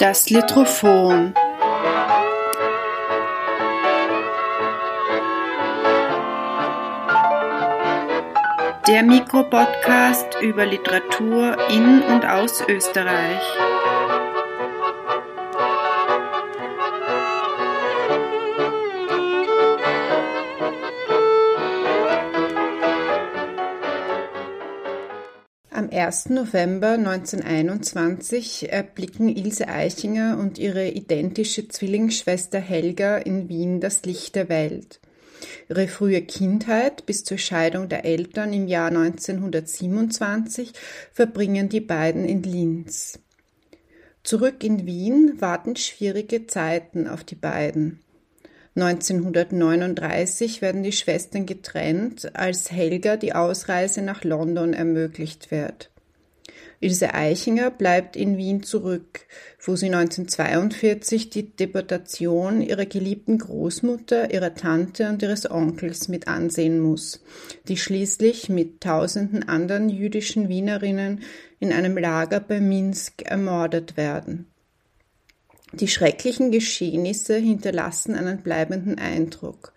Das Litrophon. Der Mikropodcast über Literatur in und aus Österreich. Am 1. November 1921 erblicken Ilse Aichinger und ihre identische Zwillingsschwester Helga in Wien das Licht der Welt. Ihre frühe Kindheit bis zur Scheidung der Eltern im Jahr 1927 verbringen die beiden in Linz. Zurück in Wien warten schwierige Zeiten auf die beiden. 1939 werden die Schwestern getrennt, als Helga die Ausreise nach London ermöglicht wird. Ilse Aichinger bleibt in Wien zurück, wo sie 1942 die Deportation ihrer geliebten Großmutter, ihrer Tante und ihres Onkels mit ansehen muss, die schließlich mit tausenden anderen jüdischen Wienerinnen in einem Lager bei Minsk ermordet werden. Die schrecklichen Geschehnisse hinterlassen einen bleibenden Eindruck.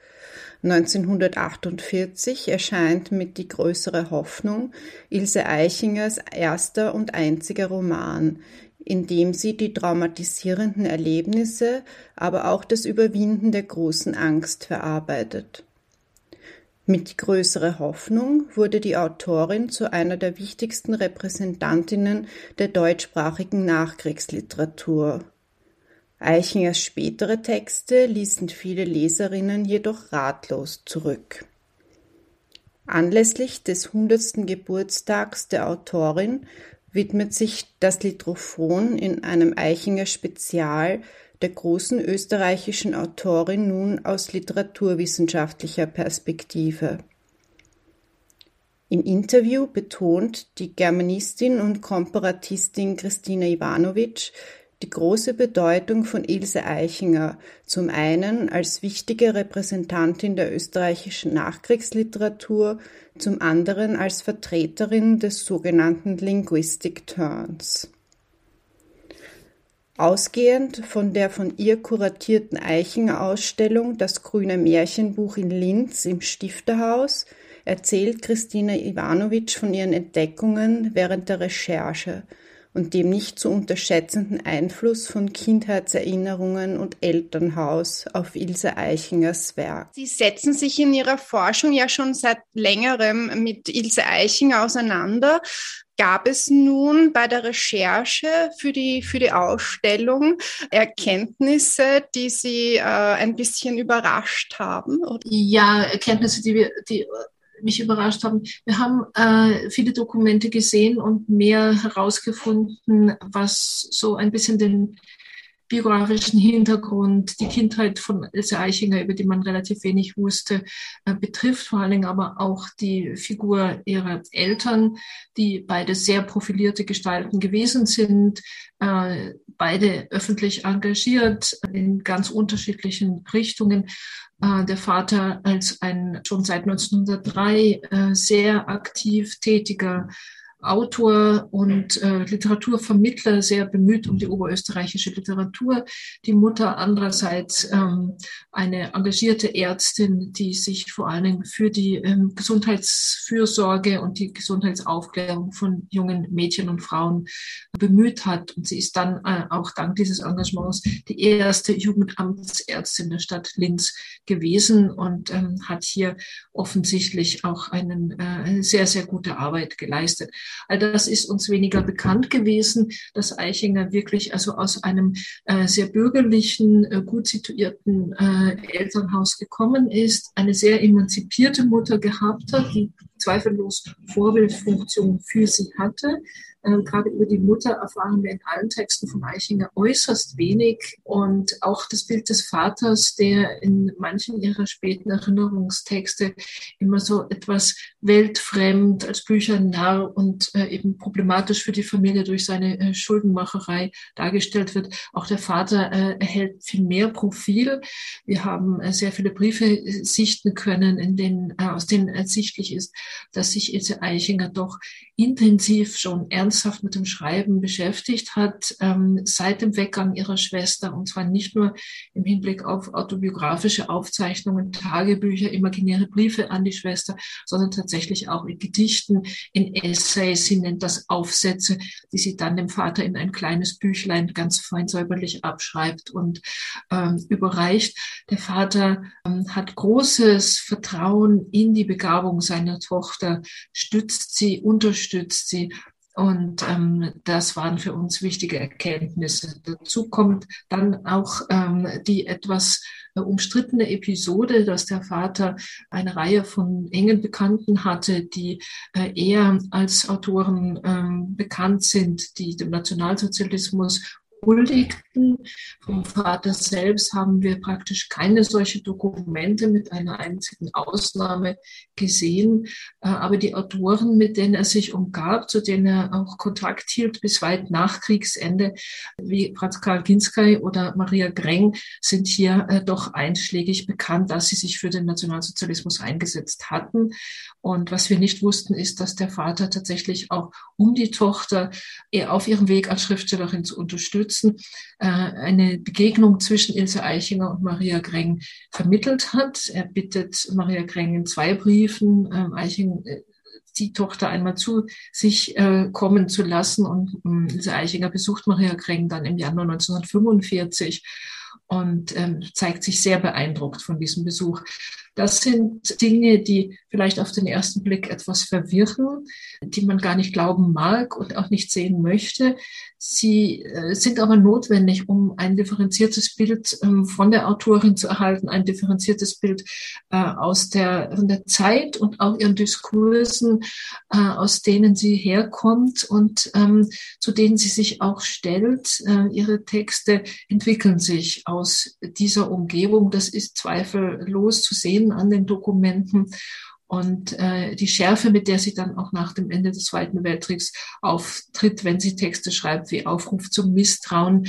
1948 erscheint mit Die größere Hoffnung Ilse Aichingers erster und einziger Roman, in dem sie die traumatisierenden Erlebnisse, aber auch das Überwinden der großen Angst verarbeitet. Mit Die größere Hoffnung wurde die Autorin zu einer der wichtigsten Repräsentantinnen der deutschsprachigen Nachkriegsliteratur. Aichingers spätere Texte ließen viele Leserinnen jedoch ratlos zurück. Anlässlich des 100. Geburtstags der Autorin widmet sich das Litrophon in einem Aichinger-Spezial der großen österreichischen Autorin nun aus literaturwissenschaftlicher Perspektive. Im Interview betont die Germanistin und Komparatistin Christina Ivanovic die große Bedeutung von Ilse Aichinger, zum einen als wichtige Repräsentantin der österreichischen Nachkriegsliteratur, zum anderen als Vertreterin des sogenannten Linguistic Turns. Ausgehend von der von ihr kuratierten Aichinger-Ausstellung Das grüne Märchenbuch in Linz im Stifterhaus erzählt Christina Ivanovic von ihren Entdeckungen während der Recherche und dem nicht zu unterschätzenden Einfluss von Kindheitserinnerungen und Elternhaus auf Ilse Aichingers Werk. Sie setzen sich in Ihrer Forschung ja schon seit längerem mit Ilse Aichinger auseinander. Gab es nun bei der Recherche für die Ausstellung Erkenntnisse, die Sie ein bisschen überrascht haben? Oder? Ja, Erkenntnisse, die mich überrascht haben. Wir haben viele Dokumente gesehen und mehr herausgefunden, was so ein bisschen den biografischen Hintergrund, die Kindheit von Ilse Aichinger, über die man relativ wenig wusste, betrifft, vor allen Dingen aber auch die Figur ihrer Eltern, die beide sehr profilierte Gestalten gewesen sind, beide öffentlich engagiert in ganz unterschiedlichen Richtungen. Der Vater als ein schon seit 1903 sehr aktiv tätiger Autor und Literaturvermittler, sehr bemüht um die oberösterreichische Literatur. Die Mutter andererseits eine engagierte Ärztin, die sich vor allen Dingen für die Gesundheitsfürsorge und die Gesundheitsaufklärung von jungen Mädchen und Frauen bemüht hat. Und sie ist dann auch dank dieses Engagements die erste Jugendamtsärztin der Stadt Linz gewesen und hat hier offensichtlich auch eine sehr, sehr gute Arbeit geleistet. All das ist uns weniger bekannt gewesen, dass Aichinger wirklich also aus einem sehr bürgerlichen, gut situierten Elternhaus gekommen ist, eine sehr emanzipierte Mutter gehabt hat, die zweifellos Vorbildfunktion für sie hatte. Gerade über die Mutter erfahren wir in allen Texten von Aichinger äußerst wenig. Und auch das Bild des Vaters, der in manchen ihrer späten Erinnerungstexte immer so etwas weltfremd, als Büchernarr und eben problematisch für die Familie durch seine Schuldenmacherei dargestellt wird. Auch der Vater erhält viel mehr Profil. Wir haben sehr viele Briefe sichten können, aus denen ersichtlich ist, dass sich Ilse Aichinger doch intensiv schon ernst ernsthaft mit dem Schreiben beschäftigt hat, seit dem Weggang ihrer Schwester, und zwar nicht nur im Hinblick auf autobiografische Aufzeichnungen, Tagebücher, imaginäre Briefe an die Schwester, sondern tatsächlich auch in Gedichten, in Essays. Sie nennt das Aufsätze, die sie dann dem Vater in ein kleines Büchlein ganz fein säuberlich abschreibt und überreicht. Der Vater hat großes Vertrauen in die Begabung seiner Tochter, stützt sie, unterstützt sie. Und das waren für uns wichtige Erkenntnisse. Dazu kommt dann auch die etwas umstrittene Episode, dass der Vater eine Reihe von engen Bekannten hatte, die eher als Autoren bekannt sind, die dem Nationalsozialismus huldigten. Vom Vater selbst haben wir praktisch keine solche Dokumente mit einer einzigen Ausnahme gesehen. Aber die Autoren, mit denen er sich umgab, zu denen er auch Kontakt hielt bis weit nach Kriegsende, wie Franz Karl Ginskey oder Maria Greng, sind hier doch einschlägig bekannt, dass sie sich für den Nationalsozialismus eingesetzt hatten. Und was wir nicht wussten, ist, dass der Vater tatsächlich auch, um die Tochter auf ihrem Weg als Schriftstellerin zu unterstützen, eine Begegnung zwischen Ilse Aichinger und Maria Greng vermittelt hat. Er bittet Maria Greng in 2 Briefen, Aichinger, die Tochter einmal zu sich kommen zu lassen. Und Ilse Aichinger besucht Maria Greng dann im Januar 1945 und zeigt sich sehr beeindruckt von diesem Besuch. Das sind Dinge, die vielleicht auf den ersten Blick etwas verwirren, die man gar nicht glauben mag und auch nicht sehen möchte. Sie sind aber notwendig, um ein differenziertes Bild von der Autorin zu erhalten, ein differenziertes Bild von der Zeit und auch ihren Diskursen, aus denen sie herkommt und zu denen sie sich auch stellt. Ihre Texte entwickeln sich aus dieser Umgebung. Das ist zweifellos zu sehen an den Dokumenten. Und die Schärfe, mit der sie dann auch nach dem Ende des Zweiten Weltkriegs auftritt, wenn sie Texte schreibt wie Aufruf zum Misstrauen,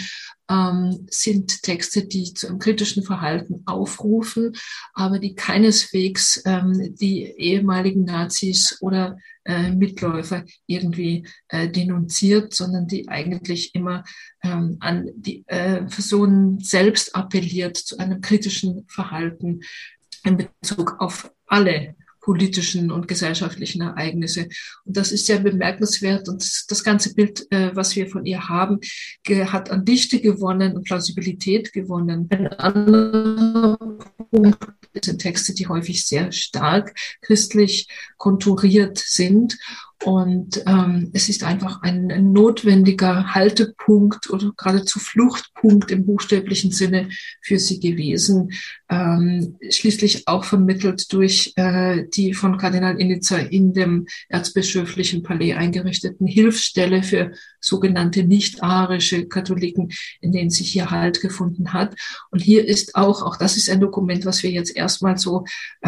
sind Texte, die zu einem kritischen Verhalten aufrufen, aber die keineswegs die ehemaligen Nazis oder Mitläufer irgendwie denunziert, sondern die eigentlich immer an die Personen selbst appelliert zu einem kritischen Verhalten in Bezug auf alle politischen und gesellschaftlichen Ereignisse. Und das ist sehr bemerkenswert. Und das ganze Bild, was wir von ihr haben, hat an Dichte gewonnen und Plausibilität gewonnen. Ein anderer Punkt sind Texte, die häufig sehr stark christlich konturiert sind. Und es ist einfach ein notwendiger Haltepunkt oder geradezu Fluchtpunkt im buchstäblichen Sinne für sie gewesen. Schließlich auch vermittelt durch die von Kardinal Innitzer in dem erzbischöflichen Palais eingerichteten Hilfsstelle für sogenannte nicht-arische Katholiken, in denen sich hier Halt gefunden hat. Und hier ist auch das ist ein Dokument, was wir jetzt erstmal so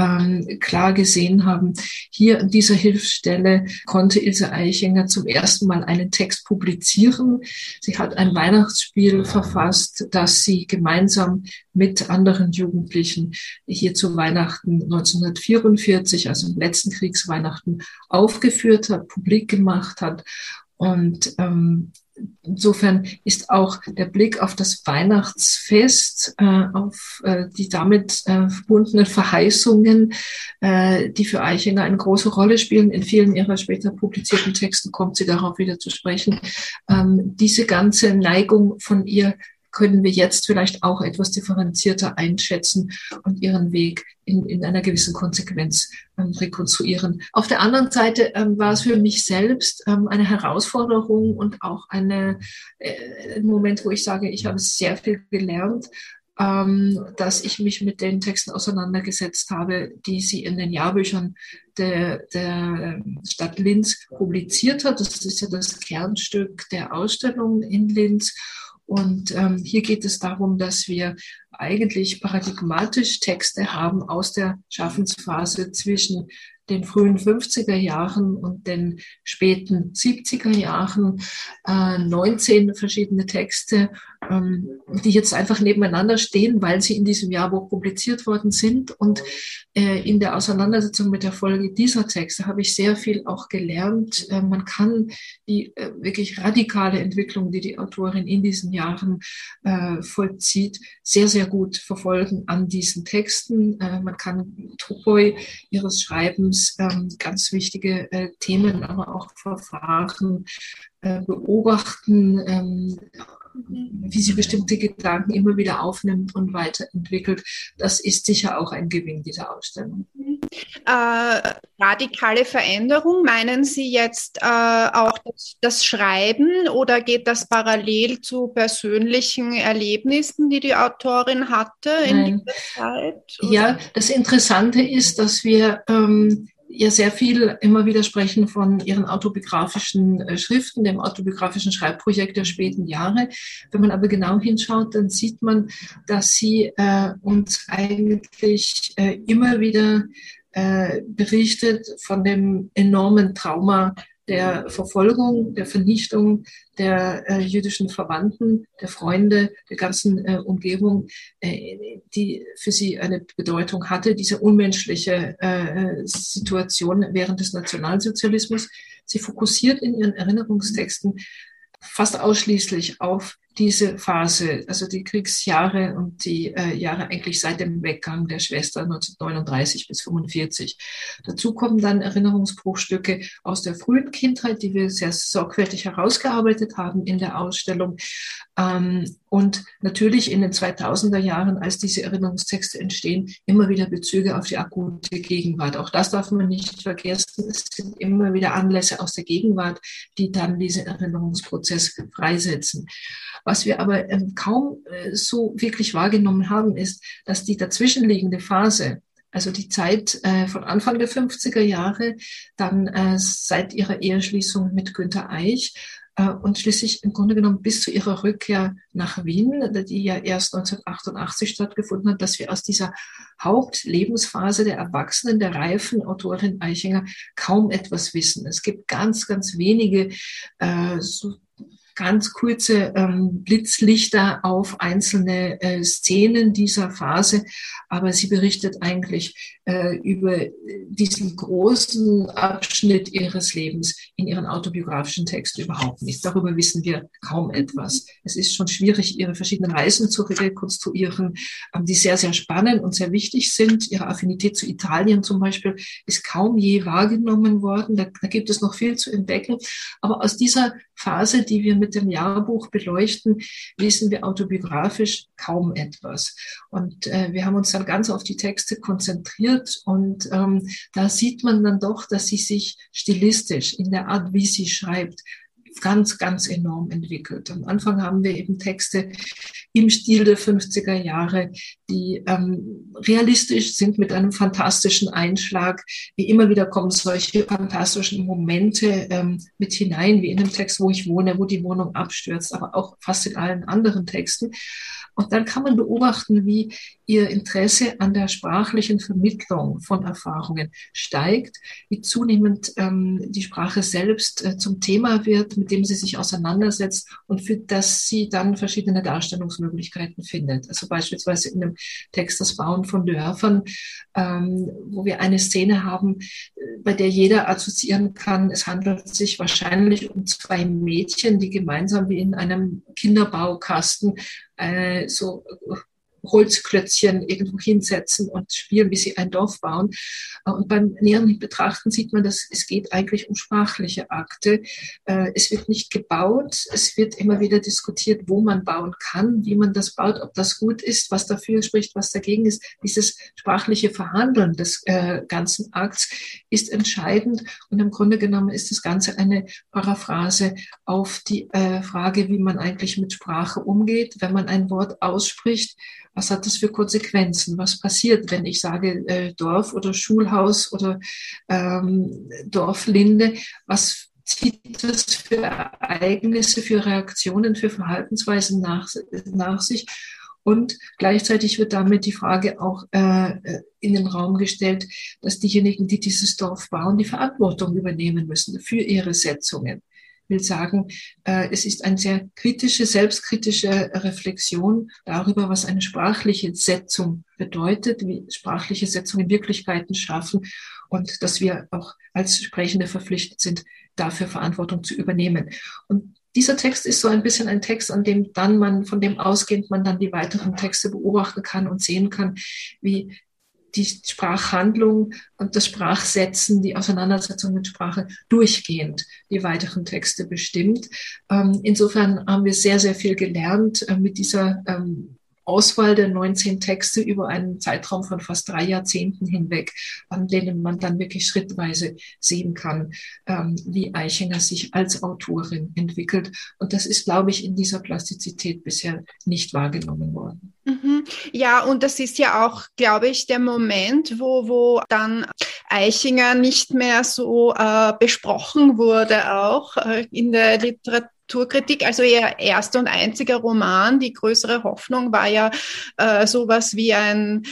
klar gesehen haben. Hier an dieser Hilfsstelle konnte Ilse Aichinger zum ersten Mal einen Text publizieren. Sie hat ein Weihnachtsspiel verfasst, das sie gemeinsam mit anderen Jugendlichen hier zu Weihnachten 1944, also im letzten Kriegsweihnachten, aufgeführt hat, publik gemacht hat. Und insofern ist auch der Blick auf das Weihnachtsfest, auf die damit verbundenen Verheißungen, die für Aichinger eine große Rolle spielen. In vielen ihrer später publizierten Texten kommt sie darauf wieder zu sprechen. Diese ganze Neigung von ihr können wir jetzt vielleicht auch etwas differenzierter einschätzen und ihren Weg in einer gewissen Konsequenz rekonstruieren. Auf der anderen Seite war es für mich selbst eine Herausforderung und auch ein Moment, wo ich sage, ich habe sehr viel gelernt, dass ich mich mit den Texten auseinandergesetzt habe, die sie in den Jahrbüchern der Stadt Linz publiziert hat. Das ist ja das Kernstück der Ausstellung in Linz. Und hier geht es darum, dass wir eigentlich paradigmatisch Texte haben aus der Schaffensphase zwischen den frühen 50er Jahren und den späten 70er Jahren, 19 verschiedene Texte, die jetzt einfach nebeneinander stehen, weil sie in diesem Jahrbuch publiziert worden sind. Und in der Auseinandersetzung mit der Folge dieser Texte habe ich sehr viel auch gelernt. Man kann die wirklich radikale Entwicklung, die die Autorin in diesen Jahren vollzieht, sehr, sehr gut verfolgen an diesen Texten. Man kann Topoi ihres Schreibens ganz wichtige Themen, aber auch Verfahren beobachten, wie sie bestimmte Gedanken immer wieder aufnimmt und weiterentwickelt. Das ist sicher auch ein Gewinn dieser Ausstellung. Radikale Veränderung, meinen Sie jetzt auch das Schreiben oder geht das parallel zu persönlichen Erlebnissen, die die Autorin hatte in dieser Zeit? Oder? Ja, das Interessante ist, dass wir ja sehr viel immer wieder sprechen von ihren autobiografischen Schriften, dem autobiografischen Schreibprojekt der späten Jahre. Wenn man aber genau hinschaut, dann sieht man, dass sie uns eigentlich immer wieder berichtet von dem enormen Trauma der Verfolgung, der Vernichtung der jüdischen Verwandten, der Freunde, der ganzen Umgebung, die für sie eine Bedeutung hatte, diese unmenschliche Situation während des Nationalsozialismus. Sie fokussiert in ihren Erinnerungstexten fast ausschließlich auf diese Phase, also die Kriegsjahre und die Jahre eigentlich seit dem Weggang der Schwester 1939 bis 1945. Dazu kommen dann Erinnerungsbruchstücke aus der frühen Kindheit, die wir sehr sorgfältig herausgearbeitet haben in der Ausstellung. Und natürlich in den 2000er Jahren, als diese Erinnerungstexte entstehen, immer wieder Bezüge auf die akute Gegenwart. Auch das darf man nicht vergessen. Es sind immer wieder Anlässe aus der Gegenwart, die dann diesen Erinnerungsprozess freisetzen. Was wir aber kaum so wirklich wahrgenommen haben, ist, dass die dazwischenliegende Phase, also die Zeit von Anfang der 50er Jahre, dann seit ihrer Eheschließung mit Günter Eich und schließlich im Grunde genommen bis zu ihrer Rückkehr nach Wien, die ja erst 1988 stattgefunden hat, dass wir aus dieser Hauptlebensphase der Erwachsenen, der reifen Autorin Eichinger kaum etwas wissen. Es gibt ganz, ganz wenige so ganz kurze Blitzlichter auf einzelne Szenen dieser Phase, aber sie berichtet eigentlich über diesen großen Abschnitt ihres Lebens in ihren autobiografischen Texten überhaupt nicht. Darüber wissen wir kaum etwas. Es ist schon schwierig, ihre verschiedenen Reisen zu rekonstruieren, die sehr, sehr spannend und sehr wichtig sind. Ihre Affinität zu Italien zum Beispiel ist kaum je wahrgenommen worden. Da gibt es noch viel zu entdecken. Aber aus dieser Phase, die wir mit dem Jahrbuch beleuchten, wissen wir autobiografisch kaum etwas. Und wir haben uns dann ganz auf die Texte konzentriert und da sieht man dann doch, dass sie sich stilistisch in der Art, wie sie schreibt, ganz, ganz enorm entwickelt. Am Anfang haben wir eben Texte im Stil der 50er Jahre, die realistisch sind mit einem fantastischen Einschlag. Wie immer wieder kommen solche fantastischen Momente mit hinein, wie in dem Text, wo ich wohne, wo die Wohnung abstürzt, aber auch fast in allen anderen Texten. Und dann kann man beobachten, wie ihr Interesse an der sprachlichen Vermittlung von Erfahrungen steigt, wie zunehmend die Sprache selbst zum Thema wird, mit dem sie sich auseinandersetzt und für das sie dann verschiedene Darstellungsmöglichkeiten findet. Also beispielsweise in dem Text Das Bauen von Dörfern, wo wir eine Szene haben, bei der jeder assoziieren kann, es handelt sich wahrscheinlich um zwei Mädchen, die gemeinsam wie in einem Kinderbaukasten so Holzklötzchen irgendwo hinsetzen und spielen, wie sie ein Dorf bauen. Und beim näheren Betrachten sieht man, dass es geht eigentlich um sprachliche Akte. Es wird nicht gebaut, es wird immer wieder diskutiert, wo man bauen kann, wie man das baut, ob das gut ist, was dafür spricht, was dagegen ist. Dieses sprachliche Verhandeln des ganzen Akts ist entscheidend und im Grunde genommen ist das Ganze eine Paraphrase auf die Frage, wie man eigentlich mit Sprache umgeht, wenn man ein Wort ausspricht. Was hat das für Konsequenzen? Was passiert, wenn ich sage Dorf oder Schulhaus oder Dorflinde? Was zieht das für Ereignisse, für Reaktionen, für Verhaltensweisen nach sich? Und gleichzeitig wird damit die Frage auch in den Raum gestellt, dass diejenigen, die dieses Dorf bauen, die Verantwortung übernehmen müssen für ihre Setzungen. Ich will sagen, es ist eine sehr kritische, selbstkritische Reflexion darüber, was eine sprachliche Setzung bedeutet, wie sprachliche Setzungen Wirklichkeiten schaffen und dass wir auch als Sprechende verpflichtet sind, dafür Verantwortung zu übernehmen. Und dieser Text ist so ein bisschen ein Text, an dem dann man, von dem ausgehend man dann die weiteren Texte beobachten kann und sehen kann, wie die Sprachhandlung und das Sprachsetzen, die Auseinandersetzung mit Sprache durchgehend die weiteren Texte bestimmt. Insofern haben wir sehr, sehr viel gelernt mit dieser Auswahl der 19 Texte über einen Zeitraum von fast 3 Jahrzehnten hinweg, an denen man dann wirklich schrittweise sehen kann, wie Eichinger sich als Autorin entwickelt. Und das ist, glaube ich, in dieser Plastizität bisher nicht wahrgenommen worden. Ja, und das ist ja auch, glaube ich, der Moment, wo dann Eichinger nicht mehr so besprochen wurde, auch in der Literaturkritik. Also ihr erster und einziger Roman, Die größere Hoffnung, war ja sowas wie ein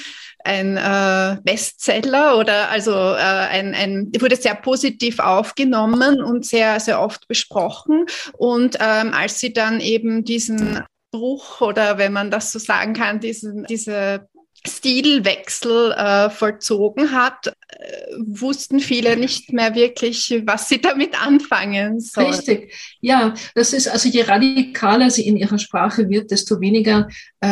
Bestseller oder also wurde sehr positiv aufgenommen und sehr, sehr oft besprochen. Und als sie dann eben diesen Bruch oder wenn man das so sagen kann, diese Stilwechsel vollzogen hat, wussten viele nicht mehr wirklich, was sie damit anfangen sollen. Richtig, ja, das ist also je radikaler sie in ihrer Sprache wird, desto weniger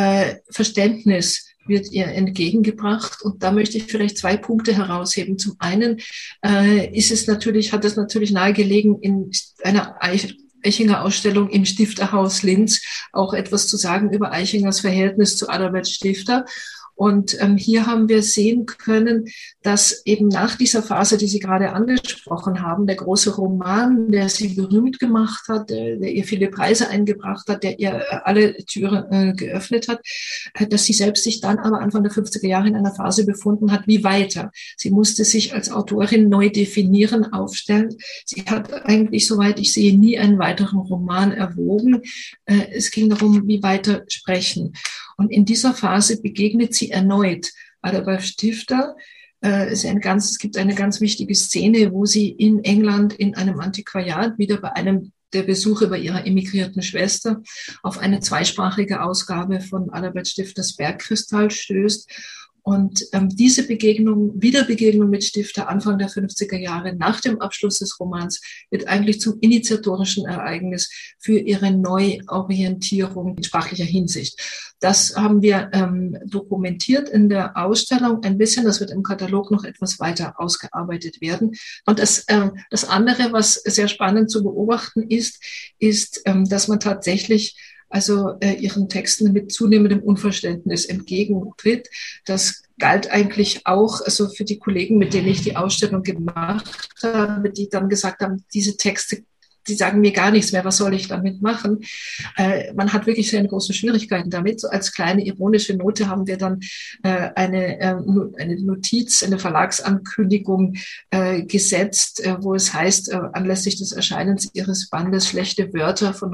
Verständnis wird ihr entgegengebracht. Und da möchte ich vielleicht 2 Punkte herausheben. Zum einen hat es natürlich nahegelegen, in einer Eichinger Ausstellung im Stifterhaus Linz auch etwas zu sagen über Eichingers Verhältnis zu Adalbert Stifter. Und hier haben wir sehen können, dass eben nach dieser Phase, die Sie gerade angesprochen haben, der große Roman, der sie berühmt gemacht hat, der ihr viele Preise eingebracht hat, der ihr alle Türen geöffnet hat, dass sie selbst sich dann aber Anfang der 50er Jahre in einer Phase befunden hat, wie weiter. Sie musste sich als Autorin neu definieren, aufstellen. Sie hat eigentlich, soweit ich sehe, nie einen weiteren Roman erwogen. Es ging darum, wie weiter sprechen. Und in dieser Phase begegnet sie erneut Adalbert Stifter. Es gibt eine ganz wichtige Szene, wo sie in England in einem Antiquariat wieder bei einem der Besuche bei ihrer emigrierten Schwester auf eine zweisprachige Ausgabe von Adalbert Stifters Bergkristall stößt. Und diese Wiederbegegnung mit Stifter Anfang der 50er Jahre nach dem Abschluss des Romans wird eigentlich zum initiatorischen Ereignis für ihre Neuorientierung in sprachlicher Hinsicht. Das haben wir dokumentiert in der Ausstellung ein bisschen. Das wird im Katalog noch etwas weiter ausgearbeitet werden. Und das andere, was sehr spannend zu beobachten ist, dass man tatsächlich ihren Texten mit zunehmendem Unverständnis entgegentritt. Das galt eigentlich auch für die Kollegen, mit denen ich die Ausstellung gemacht habe, die dann gesagt haben, diese Texte, die sagen mir gar nichts mehr, was soll ich damit machen? Man hat wirklich sehr große Schwierigkeiten damit. So als kleine ironische Note haben wir dann eine Notiz, eine Verlagsankündigung gesetzt, wo es heißt, anlässlich des Erscheinens ihres Bandes Schlechte Wörter von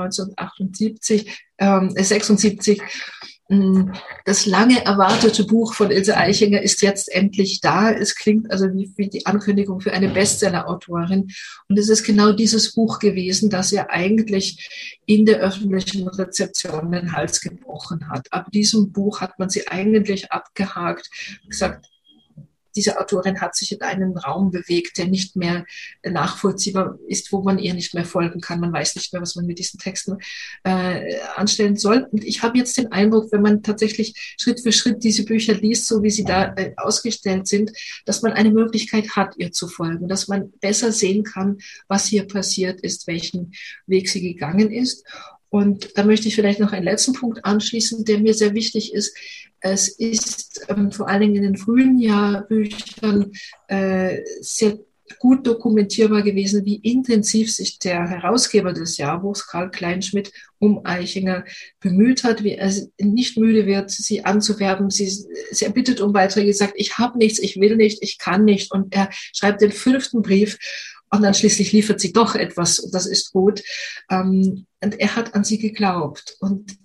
1976, das lange erwartete Buch von Ilse Eichinger ist jetzt endlich da. Es klingt also wie die Ankündigung für eine Bestseller-Autorin. Und es ist genau dieses Buch gewesen, das ja eigentlich in der öffentlichen Rezeption den Hals gebrochen hat. Ab diesem Buch hat man sie eigentlich abgehakt, gesagt, diese Autorin hat sich in einen Raum bewegt, der nicht mehr nachvollziehbar ist, wo man ihr nicht mehr folgen kann. Man weiß nicht mehr, was man mit diesen Texten anstellen soll. Und ich habe jetzt den Eindruck, wenn man tatsächlich Schritt für Schritt diese Bücher liest, so wie sie da ausgestellt sind, dass man eine Möglichkeit hat, ihr zu folgen, dass man besser sehen kann, was hier passiert ist, welchen Weg sie gegangen ist. Und da möchte ich vielleicht noch einen letzten Punkt anschließen, der mir sehr wichtig ist. Es ist vor allen Dingen in den frühen Jahrbüchern sehr gut dokumentierbar gewesen, wie intensiv sich der Herausgeber des Jahrbuchs, Karl Kleinschmidt, um Eichinger bemüht hat, wie er nicht müde wird, sie anzuwerben. Sie erbittet um Beiträge, sagt, ich habe nichts, ich will nicht, ich kann nicht. Und er schreibt den 5. Brief. Und dann schließlich liefert sie doch etwas und das ist gut. Und er hat an sie geglaubt. Und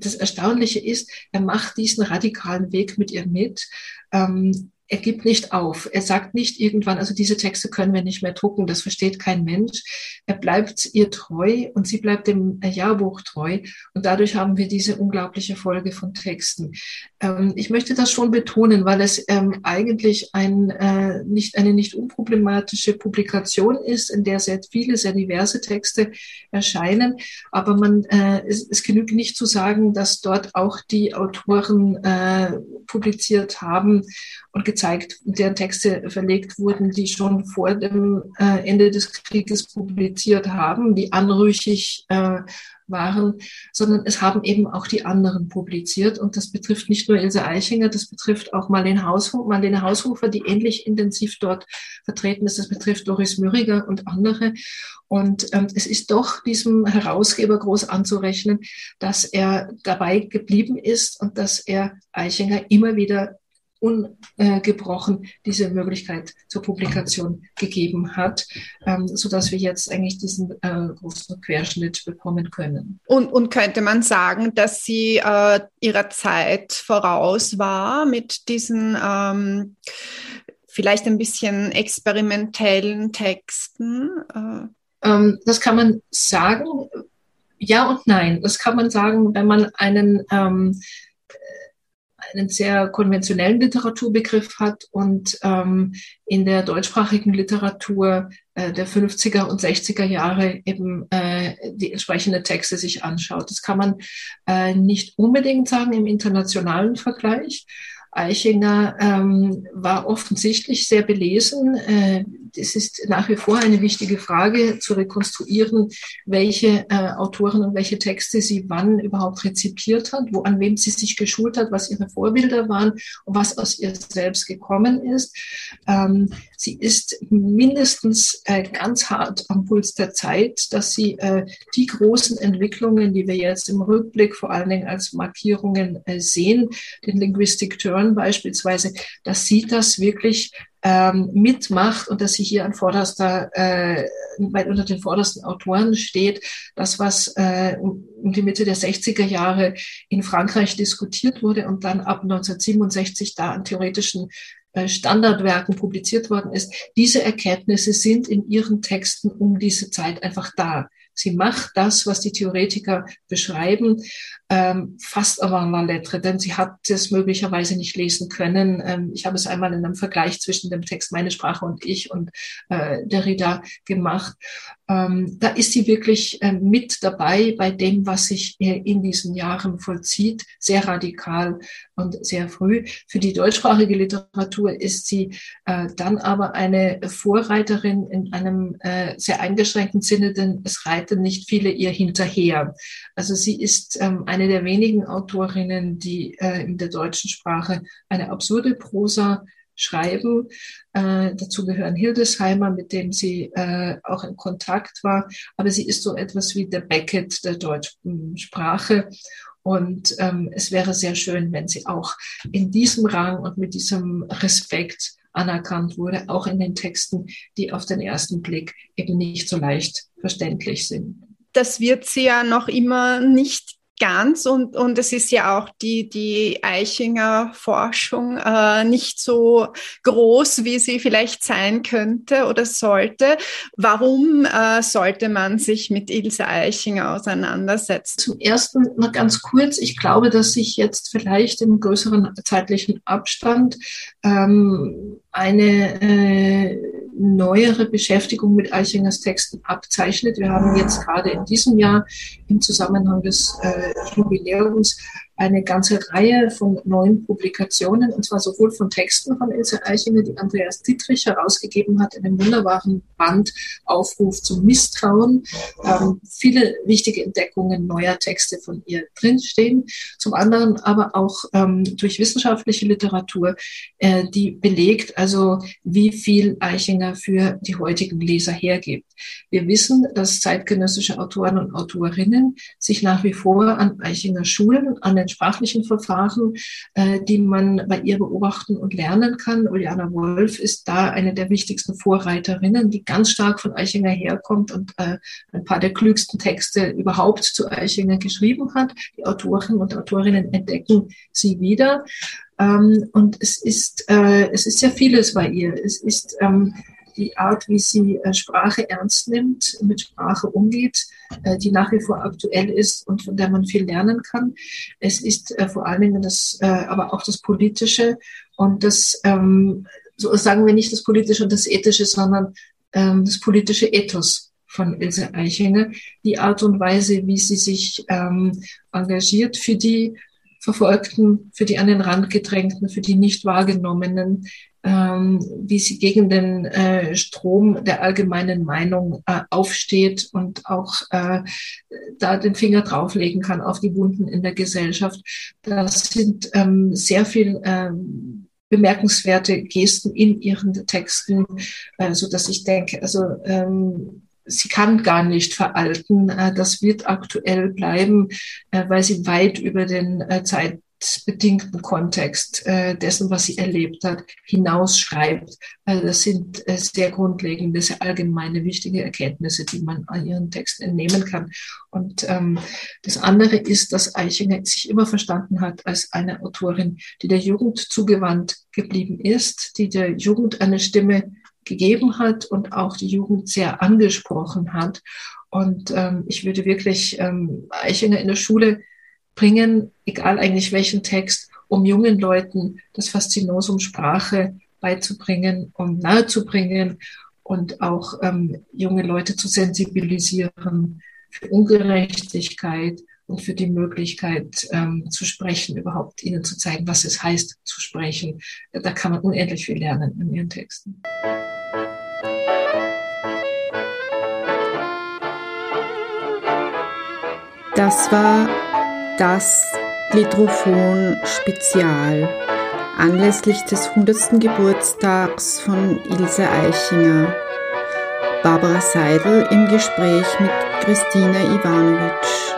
das Erstaunliche ist, er macht diesen radikalen Weg mit ihr mit. Er gibt nicht auf. Er sagt nicht irgendwann, also diese Texte können wir nicht mehr drucken, das versteht kein Mensch. Er bleibt ihr treu und sie bleibt dem Jahrbuch treu. Und dadurch haben wir diese unglaubliche Folge von Texten. Ich möchte das schon betonen, weil es eigentlich eine nicht unproblematische Publikation ist, in der sehr viele, sehr diverse Texte erscheinen. Aber es genügt nicht zu sagen, dass dort auch die Autoren publiziert haben und gezeigt, deren Texte verlegt wurden, die schon vor dem Ende des Krieges publiziert haben, die anrüchig waren, sondern es haben eben auch die anderen publiziert. Und das betrifft nicht nur Ilse Aichinger, das betrifft auch Marlene Haushofer, die ähnlich intensiv dort vertreten ist. Das betrifft Doris Mürriger und andere. Und es ist doch diesem Herausgeber groß anzurechnen, dass er dabei geblieben ist und dass er Aichinger immer wieder ungebrochen diese Möglichkeit zur Publikation gegeben hat, sodass wir jetzt eigentlich diesen großen Querschnitt bekommen können. Und könnte man sagen, dass sie ihrer Zeit voraus war mit diesen vielleicht ein bisschen experimentellen Texten? Das kann man sagen, ja und nein. Das kann man sagen, wenn man einen sehr konventionellen Literaturbegriff hat und in der deutschsprachigen Literatur der 50er und 60er Jahre eben die entsprechenden Texte sich anschaut. Das kann man nicht unbedingt sagen im internationalen Vergleich. Aichinger war offensichtlich sehr belesen. Es ist nach wie vor eine wichtige Frage zu rekonstruieren, welche Autoren und welche Texte sie wann überhaupt rezipiert hat, an wem sie sich geschult hat, was ihre Vorbilder waren und was aus ihr selbst gekommen ist. Sie ist mindestens ganz hart am Puls der Zeit, dass sie die großen Entwicklungen, die wir jetzt im Rückblick vor allen Dingen als Markierungen sehen, den Linguistic Turn beispielsweise, dass sie das wirklich mitmacht und dass sie hier weit unter den vordersten Autoren steht. Das, was um die Mitte der 60er Jahre in Frankreich diskutiert wurde und dann ab 1967 da an theoretischen Standardwerken publiziert worden ist, diese Erkenntnisse sind in ihren Texten um diese Zeit einfach da. Sie macht das, was die Theoretiker beschreiben, fast avant la lettre, denn sie hat es möglicherweise nicht lesen können. Ich habe es einmal in einem Vergleich zwischen dem Text Meine Sprache und ich und Derrida gemacht. Da ist sie wirklich mit dabei bei dem, was sich in diesen Jahren vollzieht, sehr radikal und sehr früh. Für die deutschsprachige Literatur ist sie dann aber eine Vorreiterin in einem sehr eingeschränkten Sinne, denn es reiten nicht viele ihr hinterher. Also sie ist eine der wenigen Autorinnen, die in der deutschen Sprache eine absurde Prosa schreiben. Dazu gehören Hildesheimer, mit dem sie auch in Kontakt war. Aber sie ist so etwas wie der Beckett der deutschen Sprache. Und es wäre sehr schön, wenn sie auch in diesem Rang und mit diesem Respekt anerkannt wurde, auch in den Texten, die auf den ersten Blick eben nicht so leicht verständlich sind. Das wird sie ja noch immer nicht ganz und es ist ja auch die Aichinger Forschung nicht so groß, wie sie vielleicht sein könnte oder sollte. Warum sollte man sich mit Ilse Aichinger auseinandersetzen? Zum Ersten noch ganz kurz, ich glaube, dass sich jetzt vielleicht im größeren zeitlichen Abstand eine neuere Beschäftigung mit Aichingers Texten abzeichnet. Wir haben jetzt gerade in diesem Jahr im Zusammenhang des Jubiläums eine ganze Reihe von neuen Publikationen, und zwar sowohl von Texten von Ilse Aichinger, die Andreas Dittrich herausgegeben hat in einem wunderbaren Band Aufruf zum Misstrauen. Viele wichtige Entdeckungen neuer Texte von ihr drinstehen. Zum anderen aber auch durch wissenschaftliche Literatur, die belegt, also wie viel Aichinger für die heutigen Leser hergibt. Wir wissen, dass zeitgenössische Autoren und Autorinnen sich nach wie vor an Aichinger schulen, an den sprachlichen Verfahren, die man bei ihr beobachten und lernen kann. Uliana Wolf ist da eine der wichtigsten Vorreiterinnen, die ganz stark von Eichinger herkommt und ein paar der klügsten Texte überhaupt zu Eichinger geschrieben hat. Die Autoren und Autorinnen entdecken sie wieder. Und es ist sehr vieles bei ihr. Es ist die Art, wie sie Sprache ernst nimmt, mit Sprache umgeht, die nach wie vor aktuell ist und von der man viel lernen kann. Es ist vor allen Dingen aber auch das Politische und das, so sagen wir nicht das Politische und das Ethische, sondern das politische Ethos von Ilse Eichinger. Die Art und Weise, wie sie sich engagiert für die Verfolgten, für die an den Rand gedrängten, für die nicht wahrgenommenen, wie sie gegen den Strom der allgemeinen Meinung aufsteht und auch da den Finger drauflegen kann auf die Wunden in der Gesellschaft. Das sind sehr viel bemerkenswerte Gesten in ihren Texten, so dass ich denke, also sie kann gar nicht veralten. Das wird aktuell bleiben, weil sie weit über den zeitbedingten Kontext dessen, was sie erlebt hat, hinausschreibt. Das sind sehr grundlegende, sehr allgemeine, wichtige Erkenntnisse, die man an ihren Texten entnehmen kann. Und das andere ist, dass Eichinger sich immer verstanden hat als eine Autorin, die der Jugend zugewandt geblieben ist, die der Jugend eine Stimme gegeben hat und auch die Jugend sehr angesprochen hat. Und ich würde wirklich Eichinger in der Schule bringen, egal eigentlich welchen Text, um jungen Leuten das Faszinosum Sprache beizubringen, um nahezubringen und auch junge Leute zu sensibilisieren für Ungerechtigkeit und für die Möglichkeit zu sprechen, überhaupt ihnen zu zeigen, was es heißt zu sprechen. Da kann man unendlich viel lernen in ihren Texten. Das war das Lidrophon-Spezial anlässlich des 100. Geburtstags von Ilse Eichinger. Barbara Seidel im Gespräch mit Christine Ivanovic.